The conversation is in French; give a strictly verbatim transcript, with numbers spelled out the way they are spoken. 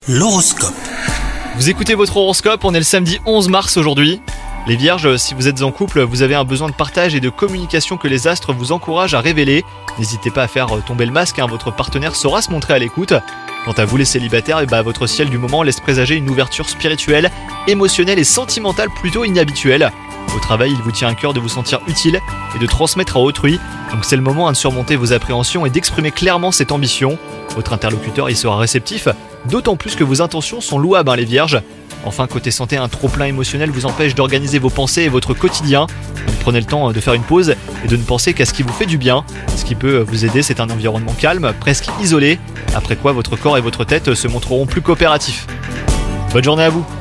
L'horoscope. Vous écoutez votre horoscope, on est le samedi onze mars aujourd'hui. Les vierges, si vous êtes en couple, vous avez un besoin de partage et de communication que les astres vous encouragent à révéler. N'hésitez pas à faire tomber le masque, hein, votre partenaire saura se montrer à l'écoute. Quant à vous les célibataires, et bah, votre ciel du moment laisse présager une ouverture spirituelle, émotionnelle et sentimentale plutôt inhabituelle. Au travail, il vous tient à cœur de vous sentir utile et de transmettre à autrui. Donc c'est le moment hein, de surmonter vos appréhensions et d'exprimer clairement cette ambition. Votre interlocuteur y sera réceptif, d'autant plus que vos intentions sont louables hein, les vierges. Enfin, côté santé, un trop-plein émotionnel vous empêche d'organiser vos pensées et votre quotidien. Donc prenez le temps de faire une pause et de ne penser qu'à ce qui vous fait du bien. Ce qui peut vous aider, c'est un environnement calme, presque isolé, après quoi votre corps et votre tête se montreront plus coopératifs. Bonne journée à vous!